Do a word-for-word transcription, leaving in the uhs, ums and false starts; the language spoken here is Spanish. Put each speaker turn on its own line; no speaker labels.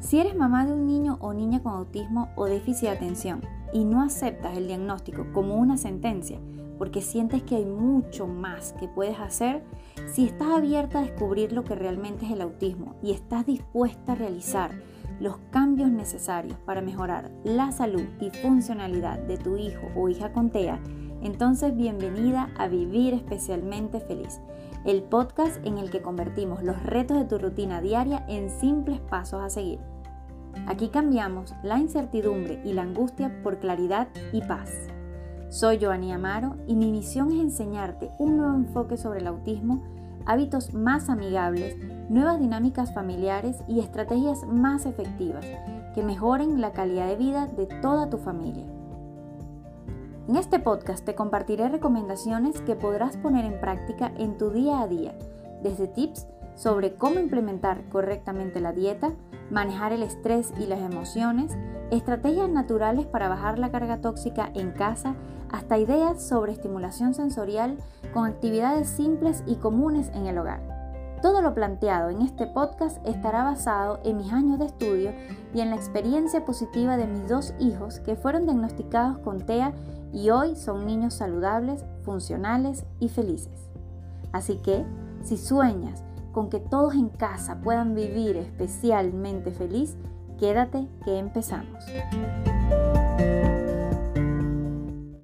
Si eres mamá de un niño o niña con autismo o déficit de atención y no aceptas el diagnóstico como una sentencia porque sientes que hay mucho más que puedes hacer, si estás abierta a descubrir lo que realmente es el autismo y estás dispuesta a realizar los cambios necesarios para mejorar la salud y funcionalidad de tu hijo o hija con T E A, entonces bienvenida a Vivir Especialmente Feliz, el podcast en el que convertimos los retos de tu rutina diaria en simples pasos a seguir. Aquí cambiamos la incertidumbre y la angustia por claridad y paz. Soy Joanny Amaro y mi misión es enseñarte un nuevo enfoque sobre el autismo, hábitos más amigables, nuevas dinámicas familiares y estrategias más efectivas que mejoren la calidad de vida de toda tu familia. En este podcast te compartiré recomendaciones que podrás poner en práctica en tu día a día, desde tips sobre cómo implementar correctamente la dieta, manejar el estrés y las emociones, estrategias naturales para bajar la carga tóxica en casa, hasta ideas sobre estimulación sensorial con actividades simples y comunes en el hogar. Todo lo planteado en este podcast estará basado en mis años de estudio y en la experiencia positiva de mis dos hijos que fueron diagnosticados con T E A y hoy son niños saludables, funcionales y felices. Así que, si sueñas con que todos en casa puedan vivir especialmente feliz, quédate que empezamos.